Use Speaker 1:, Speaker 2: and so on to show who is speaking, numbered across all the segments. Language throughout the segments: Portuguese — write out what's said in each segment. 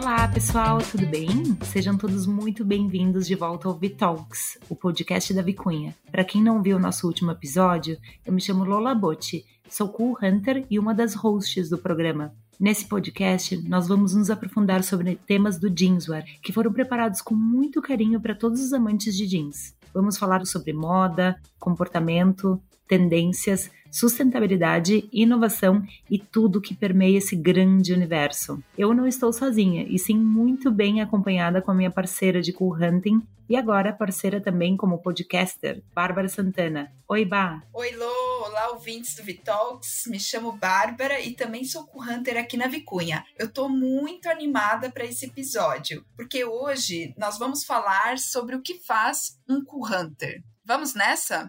Speaker 1: Olá, pessoal, tudo bem? Sejam todos muito bem-vindos de volta ao VTalks, o podcast da Vicunha. Para quem não viu o nosso último episódio, eu me chamo Lola Botti, sou Cool Hunter e uma das hosts do programa. Nesse podcast, nós vamos nos aprofundar sobre temas do jeanswear, que foram preparados com muito carinho para todos os amantes de jeans. Vamos falar sobre moda, comportamento, tendências, sustentabilidade, inovação e tudo que permeia esse grande universo. Eu não estou sozinha, e sim muito bem acompanhada com a minha parceira de Cool Hunting e agora parceira também como podcaster, Bárbara Santana. Oi, Bá!
Speaker 2: Oi, Lô! Olá, ouvintes do VTalks. Me chamo Bárbara e também sou Cool Hunter aqui na Vicunha. Eu tô muito animada para esse episódio, porque hoje nós vamos falar sobre o que faz um Cool Hunter. Vamos nessa?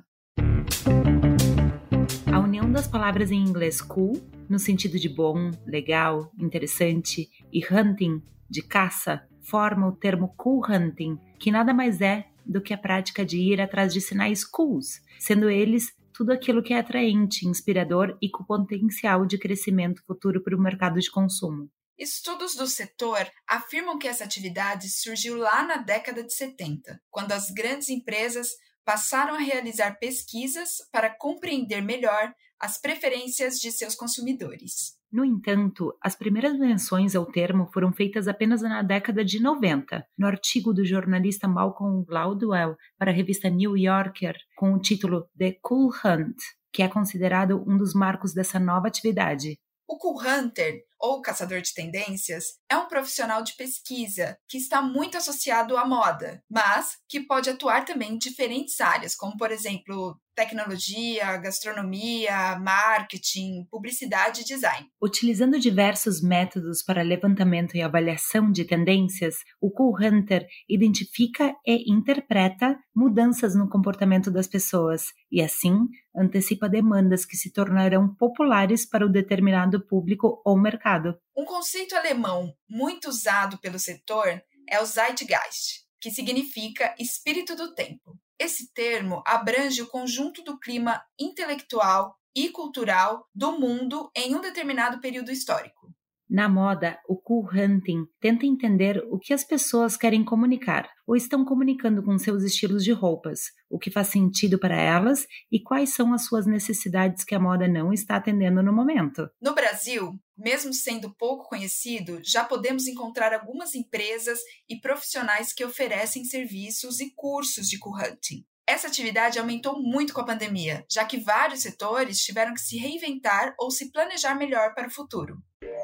Speaker 1: A união das palavras em inglês cool, no sentido de bom, legal, interessante, e hunting, de caça, forma o termo cool hunting, que nada mais é do que a prática de ir atrás de sinais cools, sendo eles tudo aquilo que é atraente, inspirador e com potencial de crescimento futuro para o mercado de consumo.
Speaker 2: Estudos do setor afirmam que essa atividade surgiu lá na década de 70, quando as grandes empresas passaram a realizar pesquisas para compreender melhor as preferências de seus consumidores.
Speaker 1: No entanto, as primeiras menções ao termo foram feitas apenas na década de 90, no artigo do jornalista Malcolm Gladwell para a revista New Yorker, com o título The Cool Hunt, que é considerado um dos marcos dessa nova atividade.
Speaker 2: O Cool Hunter, ou caçador de tendências, é um profissional de pesquisa que está muito associado à moda, mas que pode atuar também em diferentes áreas, como, por exemplo, tecnologia, gastronomia, marketing, publicidade e design.
Speaker 1: Utilizando diversos métodos para levantamento e avaliação de tendências, o Cool Hunter identifica e interpreta mudanças no comportamento das pessoas e, assim, antecipa demandas que se tornarão populares para o determinado público ou mercado.
Speaker 2: Um conceito alemão muito usado pelo setor é o Zeitgeist, que significa espírito do tempo. Esse termo abrange o conjunto do clima intelectual e cultural do mundo em um determinado período histórico.
Speaker 1: Na moda, o Cool Hunting tenta entender o que as pessoas querem comunicar ou estão comunicando com seus estilos de roupas, o que faz sentido para elas e quais são as suas necessidades que a moda não está atendendo no momento.
Speaker 2: No Brasil, mesmo sendo pouco conhecido, já podemos encontrar algumas empresas e profissionais que oferecem serviços e cursos de Cool Hunting. Essa atividade aumentou muito com a pandemia, já que vários setores tiveram que se reinventar ou se planejar melhor para o futuro.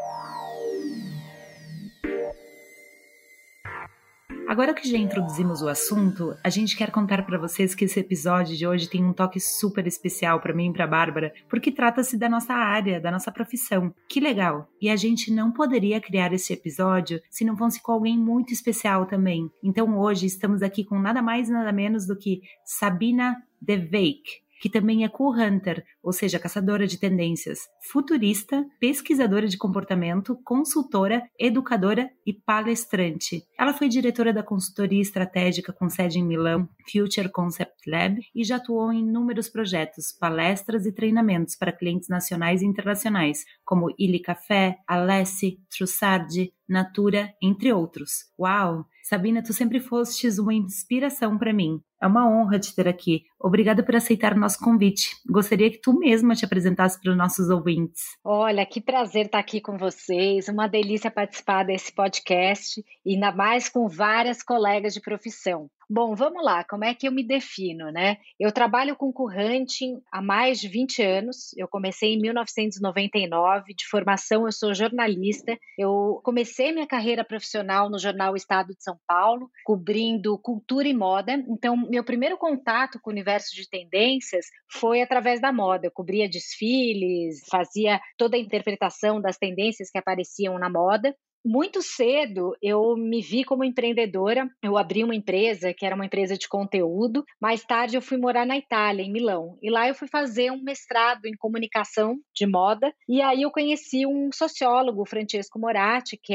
Speaker 1: Agora que já introduzimos o assunto, a gente quer contar para vocês que esse episódio de hoje tem um toque super especial para mim e para a Bárbara, porque trata-se da nossa área, da nossa profissão. Que legal! E a gente não poderia criar esse episódio se não fosse com alguém muito especial também. Então hoje estamos aqui com nada mais nada menos do que Sabina De Week, que também é Cool Hunter, ou seja, caçadora de tendências, futurista, pesquisadora de comportamento, consultora, educadora e palestrante. Ela foi diretora da consultoria estratégica com sede em Milão, Future Concept Lab, e já atuou em inúmeros projetos, palestras e treinamentos para clientes nacionais e internacionais, como Illy Café, Alessi, Trussardi, Natura, entre outros. Uau! Sabina, tu sempre fostes uma inspiração para mim. É uma honra te ter aqui. Obrigada por aceitar o nosso convite. Gostaria que tu mesma te apresentasse para os nossos ouvintes.
Speaker 3: Olha, que prazer estar aqui com vocês. Uma delícia participar desse podcast, e ainda mais com várias colegas de profissão. Bom, vamos lá, como é que eu me defino, né? Eu trabalho com Cool Hunting há mais de 20 anos, eu comecei em 1999, de formação eu sou jornalista, eu comecei minha carreira profissional no jornal Estado de São Paulo, cobrindo cultura e moda, então meu primeiro contato com o universo de tendências foi através da moda, eu cobria desfiles, fazia toda a interpretação das tendências que apareciam na moda. Muito cedo eu me vi como empreendedora, eu abri uma empresa que era uma empresa de conteúdo, mais tarde eu fui morar na Itália, em Milão, e lá eu fui fazer um mestrado em comunicação de moda, e aí eu conheci um sociólogo, Francesco Moratti, que é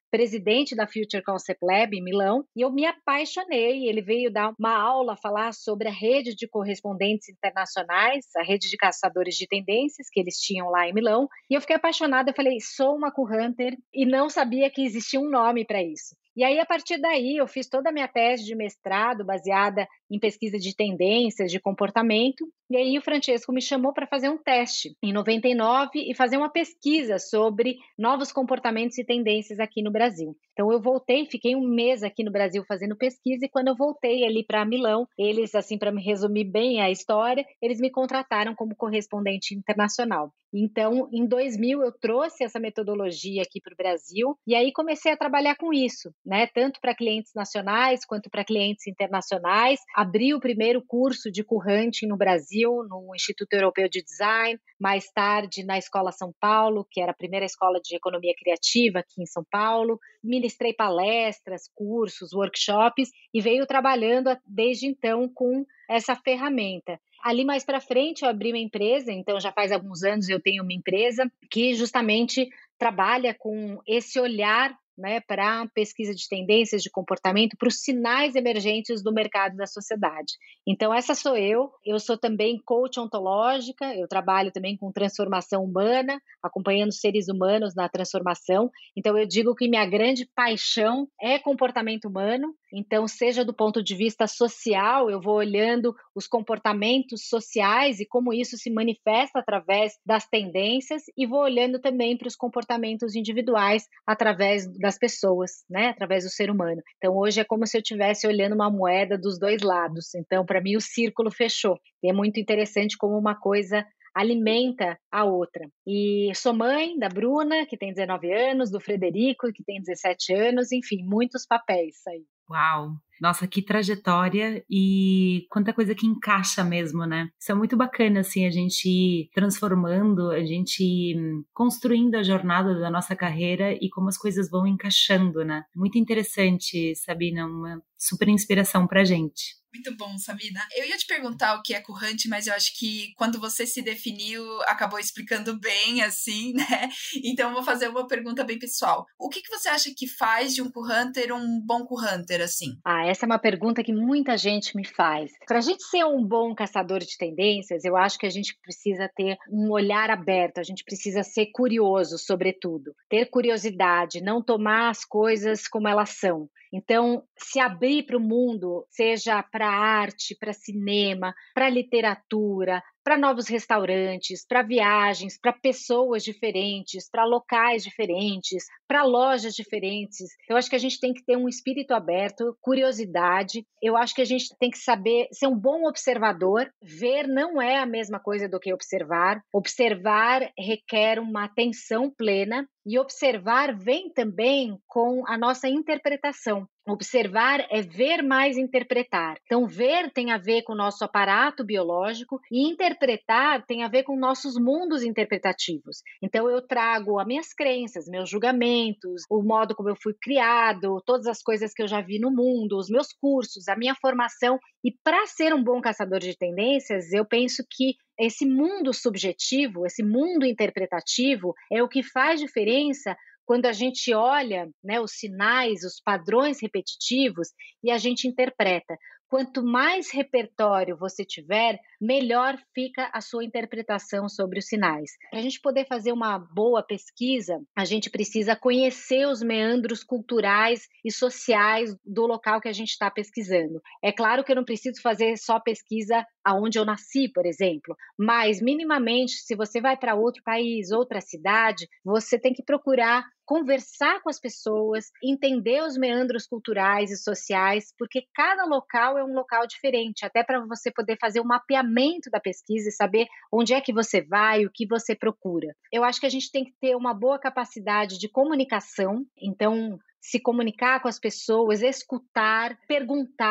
Speaker 3: presidente da Future Concept Lab em Milão, e eu me apaixonei. Ele veio dar uma aula, falar sobre a rede de correspondentes internacionais, a rede de caçadores de tendências que eles tinham lá em Milão, e eu fiquei apaixonada. Eu falei, sou uma co-hunter, e não sabia que existia um nome para isso. E aí, a partir daí, eu fiz toda a minha tese de mestrado baseada em pesquisa de tendências, de comportamento. E aí, o Francesco me chamou para fazer um teste em 99 e fazer uma pesquisa sobre novos comportamentos e tendências aqui no Brasil. Então, eu voltei, fiquei um mês aqui no Brasil fazendo pesquisa e quando eu voltei ali para Milão, eles, assim, para me resumir bem a história, eles me contrataram como correspondente internacional. Então, em 2000, eu trouxe essa metodologia aqui para o Brasil e aí comecei a trabalhar com isso, né? Tanto para clientes nacionais quanto para clientes internacionais. Abri o primeiro curso de co-hunting no Brasil, no Instituto Europeu de Design, mais tarde na Escola São Paulo, que era a primeira escola de economia criativa aqui em São Paulo. Ministrei palestras, cursos, workshops e venho trabalhando desde então com essa ferramenta. Ali mais para frente eu abri uma empresa, então já faz alguns anos eu tenho uma empresa que justamente trabalha com esse olhar, né, para a pesquisa de tendências de comportamento, para os sinais emergentes do mercado da sociedade. Então, essa sou eu sou também coach ontológica, eu trabalho também com transformação humana, acompanhando seres humanos na transformação. Então, eu digo que minha grande paixão é comportamento humano, então, seja do ponto de vista social, eu vou olhando os comportamentos sociais e como isso se manifesta através das tendências e vou olhando também para os comportamentos individuais através das pessoas, né? Através do ser humano. Então, hoje é como se eu estivesse olhando uma moeda dos dois lados. Então, para mim, o círculo fechou. E é muito interessante como uma coisa alimenta a outra. E sou mãe da Bruna, que tem 19 anos, do Frederico, que tem 17 anos, enfim, muitos papéis aí.
Speaker 1: Uau! Nossa, que trajetória e quanta coisa que encaixa mesmo, né? Isso é muito bacana, assim, a gente ir transformando, a gente ir construindo a jornada da nossa carreira e como as coisas vão encaixando, né? Muito interessante, Sabina, uma super inspiração pra gente.
Speaker 2: Muito bom, Sabina. Eu ia te perguntar o que é co-hunting, mas eu acho que quando você se definiu, acabou explicando bem, assim, né? Então, eu vou fazer uma pergunta bem pessoal. O que você acha que faz de um co-hunter um bom co-hunter, assim?
Speaker 3: Essa é uma pergunta que muita gente me faz. Para a gente ser um bom caçador de tendências, eu acho que a gente precisa ter um olhar aberto, a gente precisa ser curioso, sobretudo. Ter curiosidade, não tomar as coisas como elas são. Então, se abrir para o mundo, seja para arte, para cinema, para literatura, para novos restaurantes, para viagens, para pessoas diferentes, para locais diferentes, para lojas diferentes. Eu acho que a gente tem que ter um espírito aberto, curiosidade. Eu acho que a gente tem que saber ser um bom observador. Ver não é a mesma coisa do que observar. Observar requer uma atenção plena. E observar vem também com a nossa interpretação. Observar é ver mais interpretar. Então, ver tem a ver com o nosso aparato biológico e interpretar tem a ver com nossos mundos interpretativos. Então, eu trago as minhas crenças, meus julgamentos, o modo como eu fui criado, todas as coisas que eu já vi no mundo, os meus cursos, a minha formação. E para ser um bom caçador de tendências, eu penso que esse mundo subjetivo, esse mundo interpretativo é o que faz diferença quando a gente olha, né, os sinais, os padrões repetitivos e a gente interpreta. Quanto mais repertório você tiver, melhor fica a sua interpretação sobre os sinais. Para a gente poder fazer uma boa pesquisa, a gente precisa conhecer os meandros culturais e sociais do local que a gente está pesquisando. É claro que eu não preciso fazer só pesquisa aonde eu nasci, por exemplo, mas minimamente, se você vai para outro país, outra cidade, você tem que procurar conversar com as pessoas, entender os meandros culturais e sociais, porque cada local é um local diferente, até para você poder fazer um mapeamento da pesquisa e saber onde é que você vai, o que você procura. Eu acho que a gente tem que ter uma boa capacidade de comunicação, então se comunicar com as pessoas, escutar, perguntar,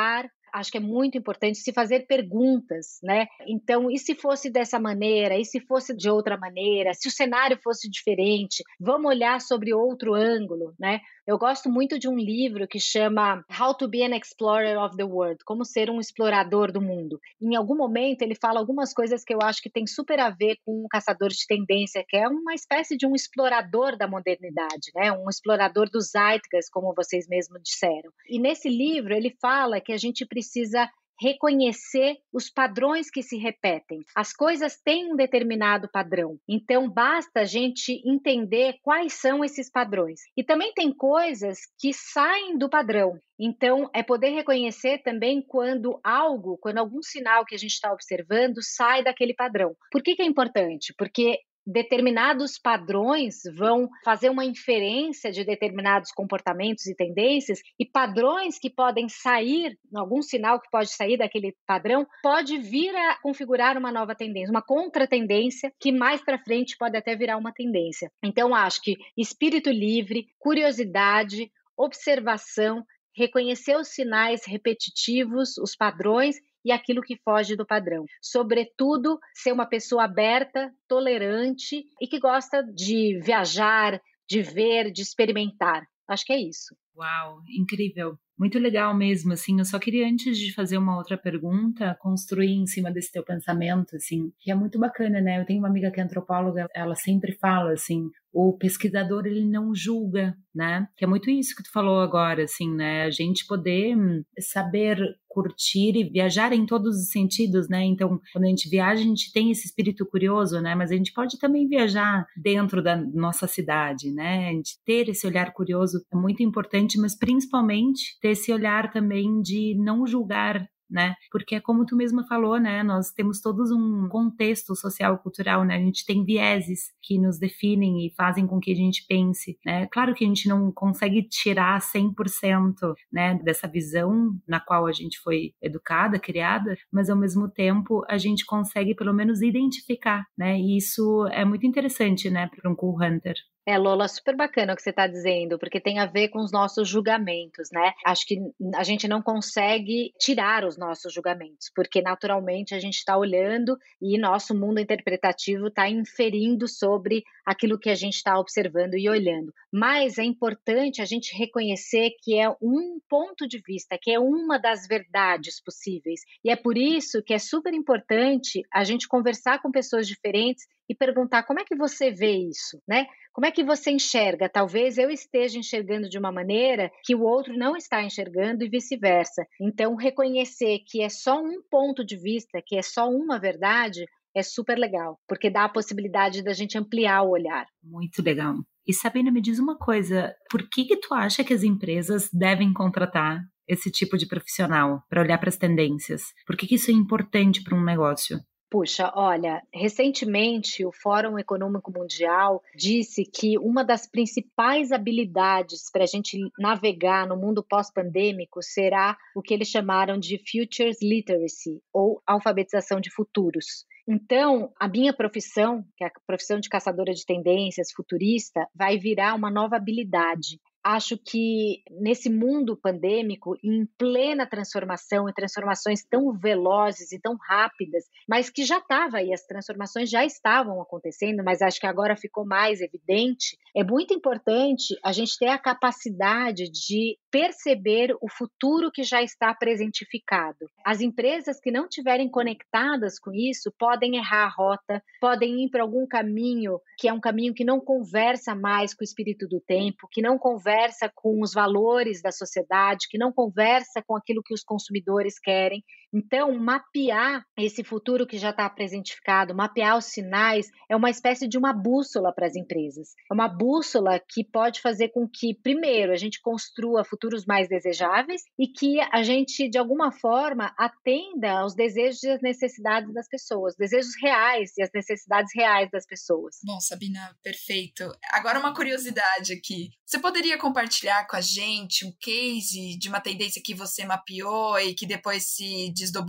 Speaker 3: Acho que é muito importante se fazer perguntas, né? Então, e se fosse dessa maneira? E se fosse de outra maneira? Se o cenário fosse diferente? Vamos olhar sobre outro ângulo, né? Eu gosto muito de um livro que chama How to be an Explorer of the World, como ser um explorador do mundo. Em algum momento ele fala algumas coisas que eu acho que tem super a ver com um caçador de tendência, que é uma espécie de um explorador da modernidade, né? Um explorador dos zeitgeist, como vocês mesmos disseram. E nesse livro ele fala que a gente precisa reconhecer os padrões que se repetem. As coisas têm um determinado padrão, então basta a gente entender quais são esses padrões. E também tem coisas que saem do padrão. Então, é poder reconhecer também quando algum sinal que a gente está observando sai daquele padrão. Por que é importante? Porque determinados padrões vão fazer uma inferência de determinados comportamentos e tendências, e padrões que podem sair, algum sinal que pode sair daquele padrão, pode vir a configurar uma nova tendência, uma contratendência que mais para frente pode até virar uma tendência. Então, acho que espírito livre, curiosidade, observação, reconhecer os sinais repetitivos, os padrões e aquilo que foge do padrão. Sobretudo, ser uma pessoa aberta, tolerante e que gosta de viajar, de ver, de experimentar. Acho que é isso.
Speaker 1: Uau, incrível. Muito legal mesmo, assim, eu só queria, antes de fazer uma outra pergunta, construir em cima desse teu pensamento, assim, que é muito bacana, né? Eu tenho uma amiga que é antropóloga, ela sempre fala, assim, o pesquisador, ele não julga, né? Que é muito isso que tu falou agora, assim, né? A gente poder saber curtir e viajar em todos os sentidos, né? Então, quando a gente viaja, a gente tem esse espírito curioso, né? Mas a gente pode também viajar dentro da nossa cidade, né? A gente ter esse olhar curioso é muito importante, mas principalmente ter esse olhar também de não julgar, né? Porque é como tu mesma falou, né? Nós temos todos um contexto social, cultural, né? A gente tem vieses que nos definem e fazem com que a gente pense, né? Claro que a gente não consegue tirar 100%, né, dessa visão na qual a gente foi educada, criada, mas ao mesmo tempo a gente consegue pelo menos identificar, né? E isso é muito interessante, né, para um cool hunter.
Speaker 3: Lola, super bacana o que você está dizendo, porque tem a ver com os nossos julgamentos, né? Acho que a gente não consegue tirar os nossos julgamentos, porque naturalmente a gente está olhando e nosso mundo interpretativo está inferindo sobre aquilo que a gente está observando e olhando. Mas é importante a gente reconhecer que é um ponto de vista, que é uma das verdades possíveis. E é por isso que é super importante a gente conversar com pessoas diferentes e perguntar como é que você vê isso, né? Como é que você enxerga? Talvez eu esteja enxergando de uma maneira que o outro não está enxergando e vice-versa. Então, reconhecer que é só um ponto de vista, que é só uma verdade, é super legal, porque dá a possibilidade da gente ampliar o olhar.
Speaker 1: Muito legal. E Sabina, me diz uma coisa, por que tu acha que as empresas devem contratar esse tipo de profissional para olhar para as tendências? Por que isso é importante para um negócio?
Speaker 3: Puxa, olha, recentemente o Fórum Econômico Mundial disse que uma das principais habilidades para a gente navegar no mundo pós-pandêmico será o que eles chamaram de Futures Literacy, ou alfabetização de futuros. Então, a minha profissão, que é a profissão de caçadora de tendências, futurista, vai virar uma nova habilidade. Acho que nesse mundo pandêmico, em plena transformação, e transformações tão velozes e tão rápidas, mas que já estava aí, as transformações já estavam acontecendo, mas acho que agora ficou mais evidente, é muito importante a gente ter a capacidade de perceber o futuro que já está presentificado. As empresas que não estiverem conectadas com isso podem errar a rota, podem ir para algum caminho que é um caminho que não conversa mais com o espírito do tempo, que não conversa com os valores da sociedade, que não conversa com aquilo que os consumidores querem. Então, mapear esse futuro que já está presentificado, mapear os sinais, é uma espécie de uma bússola para as empresas. É uma bússola que pode fazer com que, primeiro, a gente construa futuros mais desejáveis e que a gente, de alguma forma, atenda aos desejos e às necessidades das pessoas, desejos reais e as necessidades reais das pessoas.
Speaker 2: Bom, Sabina, perfeito. Agora uma curiosidade aqui. Você poderia compartilhar com a gente um case de uma tendência que você mapeou e que depois se desdobrou?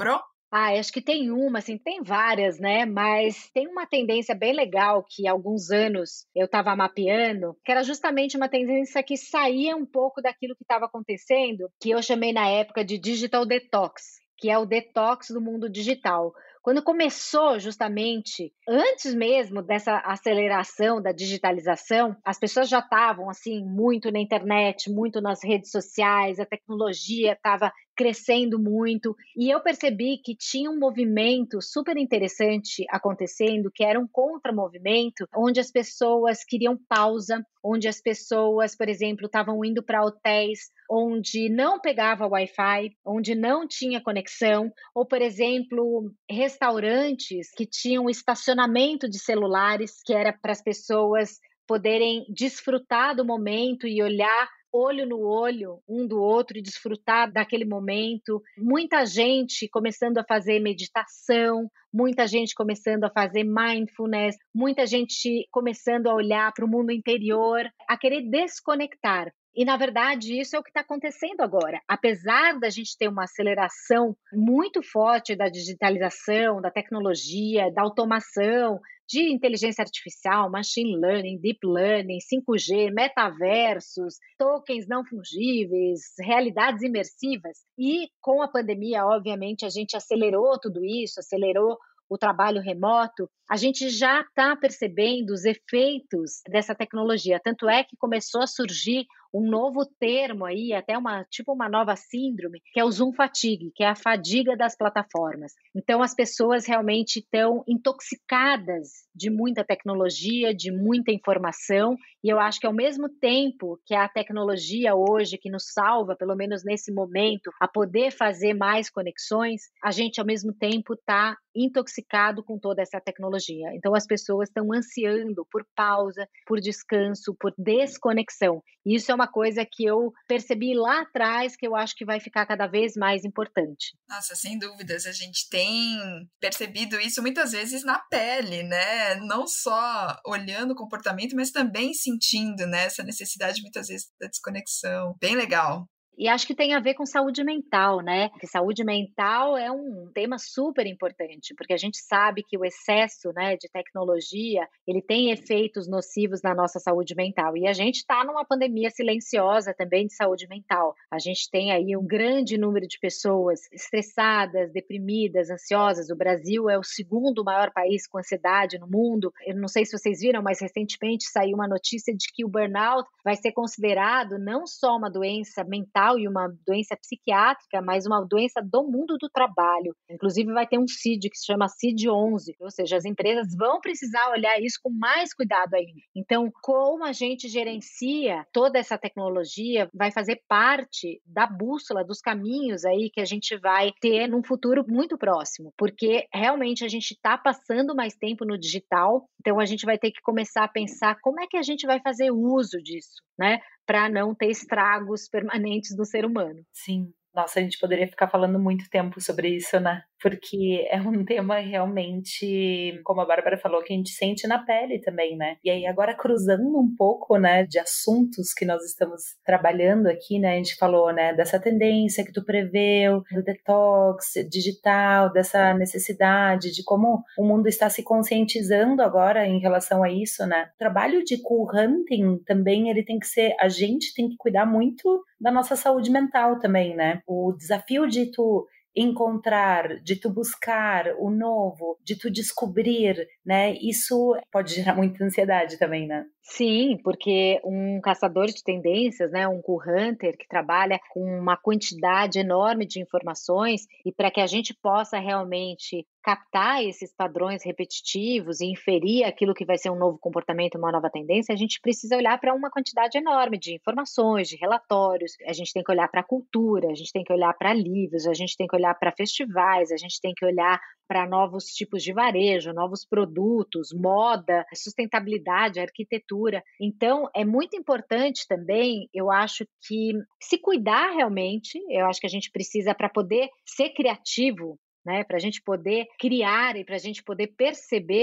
Speaker 3: Acho que tem uma, assim, tem várias, né? Mas tem uma tendência bem legal que há alguns anos eu estava mapeando, que era justamente uma tendência que saía um pouco daquilo que estava acontecendo, que eu chamei na época de digital detox, que é o detox do mundo digital. Quando começou justamente, antes mesmo dessa aceleração da digitalização, as pessoas já estavam assim muito na internet, muito nas redes sociais, a tecnologia estava crescendo muito, e eu percebi que tinha um movimento super interessante acontecendo, que era um contramovimento, onde as pessoas queriam pausa, onde as pessoas, por exemplo, estavam indo para hotéis onde não pegava Wi-Fi, onde não tinha conexão, ou, por exemplo, restaurantes que tinham estacionamento de celulares, que era para as pessoas poderem desfrutar do momento e olhar olho no olho um do outro e desfrutar daquele momento. Muita gente começando a fazer meditação, muita gente começando a fazer mindfulness, muita gente começando a olhar para o mundo interior, a querer desconectar. E, na verdade, isso é o que está acontecendo agora. Apesar da gente ter uma aceleração muito forte da digitalização, da tecnologia, da automação, de inteligência artificial, machine learning, deep learning, 5G, metaversos, tokens não fungíveis, realidades imersivas. E com a pandemia, obviamente, a gente acelerou tudo isso, acelerou o trabalho remoto, a gente já está percebendo os efeitos dessa tecnologia. Tanto é que começou a surgir um novo termo aí, até uma nova síndrome, que é o Zoom fatigue, que é a fadiga das plataformas. Então, as pessoas realmente estão intoxicadas de muita tecnologia, de muita informação, e eu acho que ao mesmo tempo que a tecnologia hoje, que nos salva, pelo menos nesse momento, a poder fazer mais conexões, a gente ao mesmo tempo está intoxicado com toda essa tecnologia. Então, as pessoas estão ansiando por pausa, por descanso, por desconexão. E isso é uma coisa que eu percebi lá atrás, que eu acho que vai ficar cada vez mais importante.
Speaker 2: Nossa, sem dúvidas, a gente tem percebido isso muitas vezes na pele, né? Não só olhando o comportamento, mas também sentindo, né, essa necessidade muitas vezes da desconexão. Bem legal.
Speaker 3: E acho que tem a ver com saúde mental, né? Porque saúde mental é um tema super importante, porque a gente sabe que o excesso, né, de tecnologia, ele tem efeitos nocivos na nossa saúde mental. E a gente está numa pandemia silenciosa também de saúde mental. A gente tem aí um grande número de pessoas estressadas, deprimidas, ansiosas. O Brasil é o segundo maior país com ansiedade no mundo. Eu não sei se vocês viram, mas recentemente saiu uma notícia de que o burnout vai ser considerado não só uma doença mental e uma doença psiquiátrica, mas uma doença do mundo do trabalho. Inclusive vai ter um CID que se chama CID-11, ou seja, as empresas vão precisar olhar isso com mais cuidado ainda. Então, como a gente gerencia toda essa tecnologia vai fazer parte da bússola, dos caminhos aí que a gente vai ter num futuro muito próximo, porque realmente a gente está passando mais tempo no digital, então a gente vai ter que começar a pensar como é que a gente vai fazer uso disso, né? Para não ter estragos permanentes do ser humano.
Speaker 1: Sim. Nossa, a gente poderia ficar falando muito tempo sobre isso, né? Porque é um tema realmente, como a Bárbara falou, que a gente sente na pele também, né? E aí agora cruzando um pouco, né, de assuntos que nós estamos trabalhando aqui, né? A gente falou, né, dessa tendência que tu preveu, do detox digital, dessa necessidade de como o mundo está se conscientizando agora em relação a isso, né? O trabalho de cool hunting também, ele tem que ser, a gente tem que cuidar muito da nossa saúde mental também, né? O desafio de tu encontrar, de tu buscar o novo, de tu descobrir, né? Isso pode gerar muita ansiedade também, né?
Speaker 3: Sim, porque um caçador de tendências, né, um cool hunter que trabalha com uma quantidade enorme de informações e para que a gente possa realmente captar esses padrões repetitivos e inferir aquilo que vai ser um novo comportamento, uma nova tendência, a gente precisa olhar para uma quantidade enorme de informações, de relatórios, a gente tem que olhar para a cultura, a gente tem que olhar para livros, a gente tem que olhar para festivais, a gente tem que olhar para novos tipos de varejo, novos produtos, moda, sustentabilidade, arquitetura. Então, é muito importante também, eu acho que se cuidar realmente, eu acho que a gente precisa para poder ser criativo, né, para a gente poder criar e para a gente poder perceber,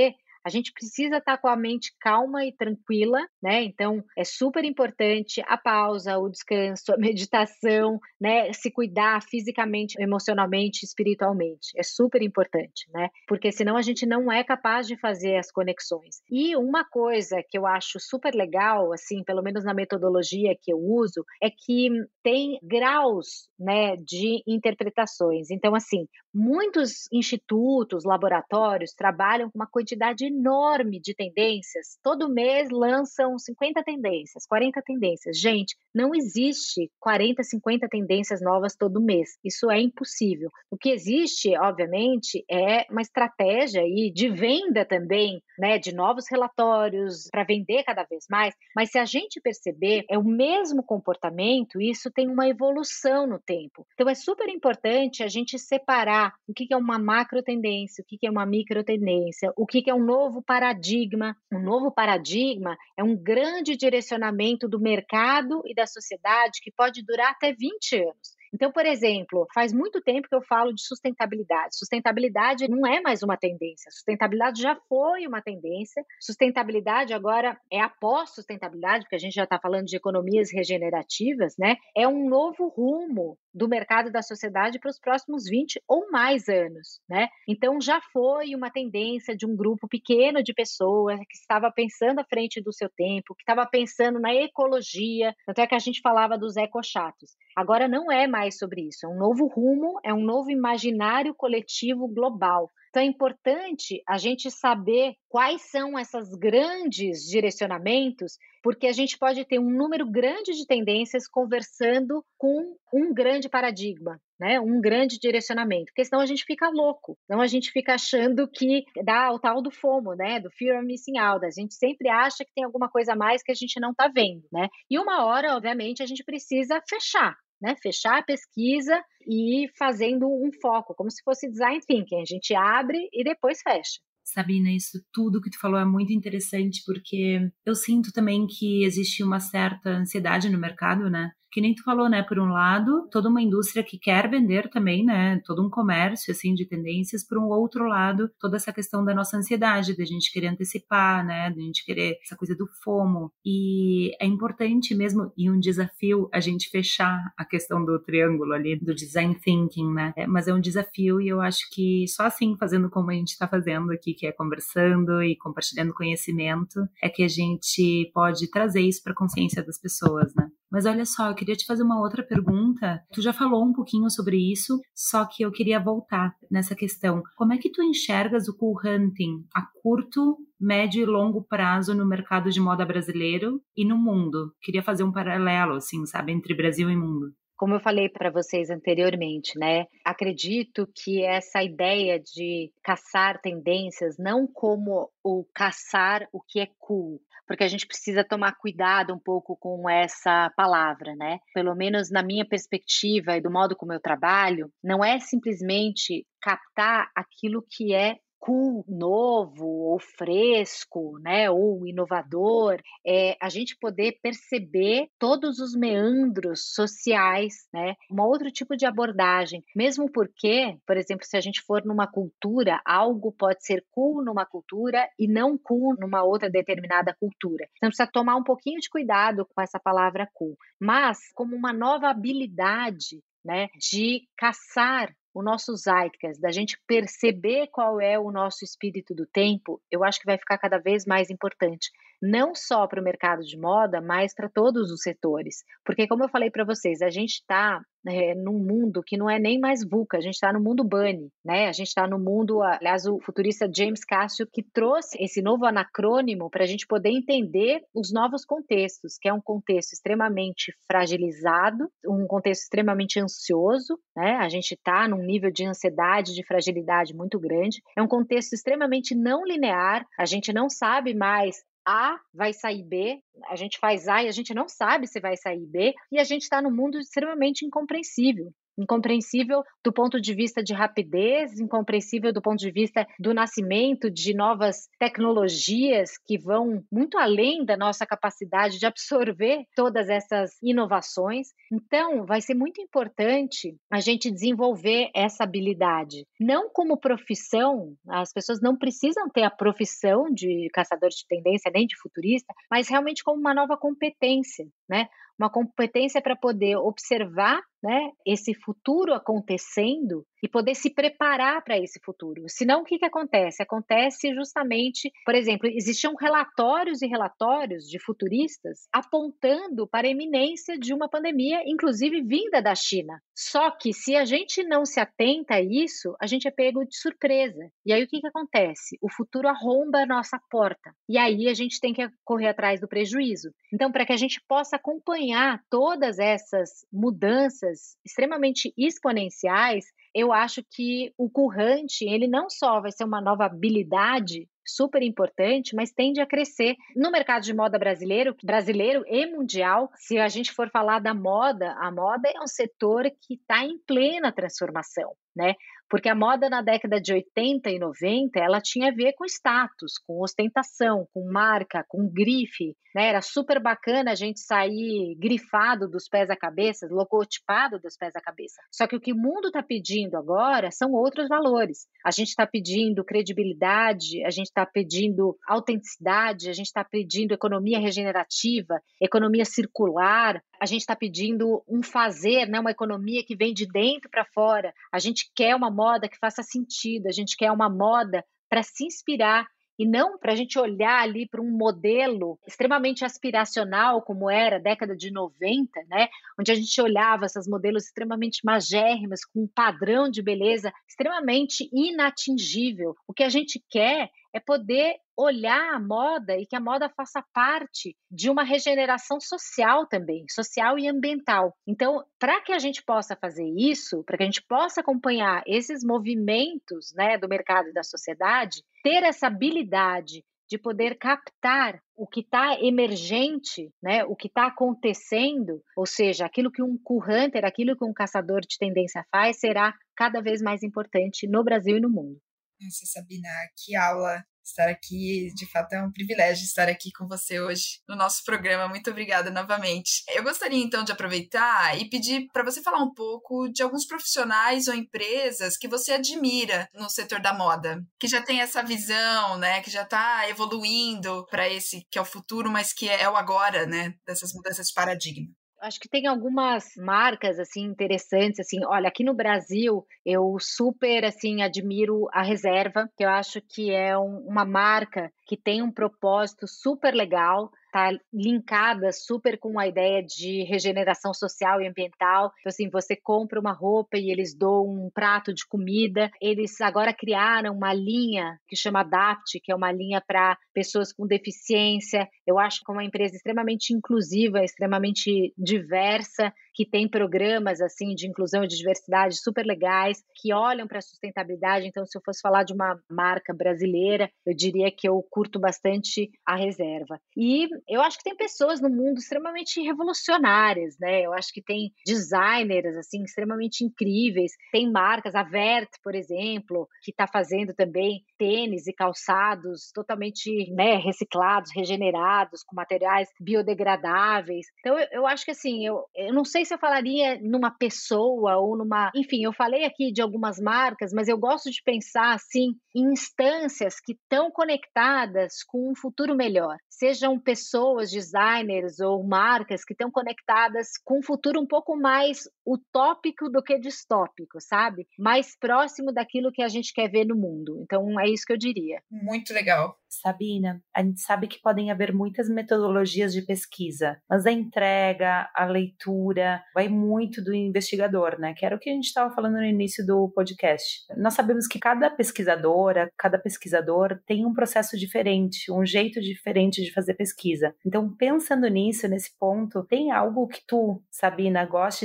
Speaker 3: a gente precisa estar com a mente calma e tranquila, né? Então, é super importante a pausa, o descanso, a meditação, né? Se cuidar fisicamente, emocionalmente, espiritualmente. É super importante, né? Porque senão a gente não é capaz de fazer as conexões. E uma coisa que eu acho super legal, assim, pelo menos na metodologia que eu uso, é que tem graus, né, de interpretações. Então, assim, muitos institutos, laboratórios trabalham com uma quantidade enorme de tendências. Todo mês lançam 50 tendências, 40 tendências. Gente, não existe 40, 50 tendências novas todo mês. Isso é impossível. O que existe, obviamente, é uma estratégia aí de venda também, né, de novos relatórios para vender cada vez mais. Mas se a gente perceber, é o mesmo comportamento, e isso tem uma evolução no tempo. Então, é super importante a gente separar o que é uma macro tendência, o que é uma micro tendência, o que é um novo paradigma. Um novo paradigma é um grande direcionamento do mercado e da sociedade que pode durar até 20 anos. Então, por exemplo, faz muito tempo que eu falo de sustentabilidade. Sustentabilidade não é mais uma tendência. Sustentabilidade já foi uma tendência. Sustentabilidade agora é a pós-sustentabilidade, porque a gente já está falando de economias regenerativas, né? É um novo rumo do mercado e da sociedade para os próximos 20 ou mais anos, né? Então, já foi uma tendência de um grupo pequeno de pessoas que estava pensando à frente do seu tempo, que estava pensando na ecologia, tanto é que a gente falava dos ecochatos. Agora não é mais sobre isso, é um novo rumo, é um novo imaginário coletivo global. Então é importante a gente saber quais são esses grandes direcionamentos, porque a gente pode ter um número grande de tendências conversando com um grande paradigma, né? Um grande direcionamento, porque senão a gente fica louco, senão a gente fica achando que dá o tal do FOMO, né? Do Fear of Missing Out. A gente sempre acha que tem alguma coisa a mais que a gente não está vendo, né? E uma hora, obviamente, a gente precisa fechar. Né, fechar a pesquisa e ir fazendo um foco, como se fosse design thinking. A gente abre e depois fecha.
Speaker 1: Sabina, isso tudo que tu falou é muito interessante, porque eu sinto também que existe uma certa ansiedade no mercado, né? Que nem tu falou, né? Por um lado, toda uma indústria que quer vender também, né? Todo um comércio, assim, de tendências. Por um outro lado, toda essa questão da nossa ansiedade, da gente querer antecipar, né? Da gente querer essa coisa do FOMO. E é importante mesmo, e um desafio, a gente fechar a questão do triângulo ali, do design thinking, né? Mas é um desafio e eu acho que só assim, fazendo como a gente está fazendo aqui, que é conversando e compartilhando conhecimento, é que a gente pode trazer isso para a consciência das pessoas, né? Mas olha só, eu queria te fazer uma outra pergunta. Tu já falou um pouquinho sobre isso, só que eu queria voltar nessa questão. Como é que tu enxergas o cool hunting a curto, médio e longo prazo no mercado de moda brasileiro e no mundo? Queria fazer um paralelo, assim, sabe, entre Brasil e mundo.
Speaker 3: Como eu falei para vocês anteriormente, né? Acredito que essa ideia de caçar tendências, não como o caçar o que é cool, porque a gente precisa tomar cuidado um pouco com essa palavra, né? Pelo menos na minha perspectiva e do modo como eu trabalho, não é simplesmente captar aquilo que é cool, novo ou fresco, né, ou inovador, a gente poder perceber todos os meandros sociais, né, um outro tipo de abordagem, mesmo porque, por exemplo, se a gente for numa cultura, algo pode ser cool numa cultura e não cool numa outra determinada cultura. Então precisa tomar um pouquinho de cuidado com essa palavra cool, mas como uma nova habilidade, né, de caçar o nosso zeitgeist, da gente perceber qual é o nosso espírito do tempo, eu acho que vai ficar cada vez mais importante. Não só para o mercado de moda, mas para todos os setores. Porque, como eu falei para vocês, a gente está num mundo que não é nem mais VUCA, a gente está no mundo Bunny, né? A gente está no mundo, aliás, o futurista James Cassio que trouxe esse novo anacrônimo para a gente poder entender os novos contextos, que é um contexto extremamente fragilizado, um contexto extremamente ansioso, né? A gente está num nível de ansiedade, de fragilidade muito grande. É um contexto extremamente não linear, a gente não sabe mais A vai sair B, a gente faz A e a gente não sabe se vai sair B, e a gente está num mundo extremamente incompreensível. incompreensível do ponto de vista de rapidez, incompreensível do ponto de vista do nascimento de novas tecnologias que vão muito além da nossa capacidade de absorver todas essas inovações. Então, vai ser muito importante a gente desenvolver essa habilidade. Não como profissão, as pessoas não precisam ter a profissão de caçador de tendência nem de futurista, mas realmente como uma nova competência, né? Uma competência para poder observar, né, esse futuro acontecendo e poder se preparar para esse futuro. Senão, o que acontece? Acontece justamente, por exemplo, existiam relatórios e relatórios de futuristas apontando para a iminência de uma pandemia, inclusive vinda da China. Só que se a gente não se atenta a isso, a gente é pego de surpresa. E aí o que acontece? O futuro arromba a nossa porta. E aí a gente tem que correr atrás do prejuízo. Então, para que a gente possa acompanhar todas essas mudanças extremamente exponenciais, eu acho que o Current, ele não só vai ser uma nova habilidade super importante, mas tende a crescer no mercado de moda brasileiro e mundial. Se a gente for falar da moda, a moda é um setor que está em plena transformação, né? Porque a moda na década de 80 e 90, ela tinha a ver com status, com ostentação, com marca, com grife, né? Era super bacana a gente sair grifado dos pés à cabeça, logotipado dos pés à cabeça. Só que o que o mundo está pedindo agora são outros valores. A gente está pedindo credibilidade, a gente está pedindo autenticidade, a gente está pedindo economia regenerativa, economia circular, a gente está pedindo um fazer, né? Uma economia que vem de dentro para fora. A gente quer uma moda que faça sentido, a gente quer uma moda para se inspirar e não para a gente olhar ali para um modelo extremamente aspiracional, como era a década de 90, né? Onde a gente olhava esses modelos extremamente magérrimos, com um padrão de beleza extremamente inatingível. O que a gente quer é poder olhar a moda e que a moda faça parte de uma regeneração social também, social e ambiental. Então, para que a gente possa fazer isso, para que a gente possa acompanhar esses movimentos, né, do mercado e da sociedade, ter essa habilidade de poder captar o que está emergente, né, o que está acontecendo, ou seja, aquilo que um currunter, aquilo que um caçador de tendência faz, será cada vez mais importante no Brasil e no mundo.
Speaker 2: Nossa, Sabina, que aula estar aqui. De fato, é um privilégio estar aqui com você hoje no nosso programa. Muito obrigada novamente. Eu gostaria, então, de aproveitar e pedir para você falar um pouco de alguns profissionais ou empresas que você admira no setor da moda, que já tem essa visão, né, que já está evoluindo para esse que é o futuro, mas que é o agora, né, dessas mudanças de paradigma.
Speaker 3: Acho que tem algumas marcas assim interessantes, assim, olha, aqui no Brasil eu super assim admiro a Reserva, que eu acho que é uma marca que tem um propósito super legal, tá linkada super com a ideia de regeneração social e ambiental. Então, assim, você compra uma roupa e eles dão um prato de comida. Eles agora criaram uma linha que chama Adapt, que é uma linha para pessoas com deficiência. Eu acho que é uma empresa extremamente inclusiva, extremamente diversa, que tem programas assim de inclusão e de diversidade super legais, que olham para a sustentabilidade. Então, se eu fosse falar de uma marca brasileira, eu diria que eu curto bastante a Reserva. E eu acho que tem pessoas no mundo extremamente revolucionárias, né? Eu acho que tem designers assim extremamente incríveis. Tem marcas, a Vert, por exemplo, que está fazendo também tênis e calçados totalmente, né, reciclados, regenerados, com materiais biodegradáveis. Então, eu acho que assim, eu não sei se eu falaria numa pessoa ou numa... Enfim, eu falei aqui de algumas marcas, mas eu gosto de pensar assim em instâncias que estão conectadas com um futuro melhor. Sejam pessoas, designers ou marcas que estão conectadas com um futuro um pouco mais utópico do que distópico, sabe? Mais próximo daquilo que a gente quer ver no mundo. Então, é isso que eu diria.
Speaker 2: Muito legal.
Speaker 1: Sabina, a gente sabe que podem haver muitas metodologias de pesquisa, mas a entrega, a leitura, vai muito do investigador, né? Que era o que a gente estava falando no início do podcast. Nós sabemos que cada pesquisadora, cada pesquisador tem um processo diferente, um jeito diferente de fazer pesquisa. Então, pensando nisso, nesse ponto, tem algo que tu, Sabina, goste de olhar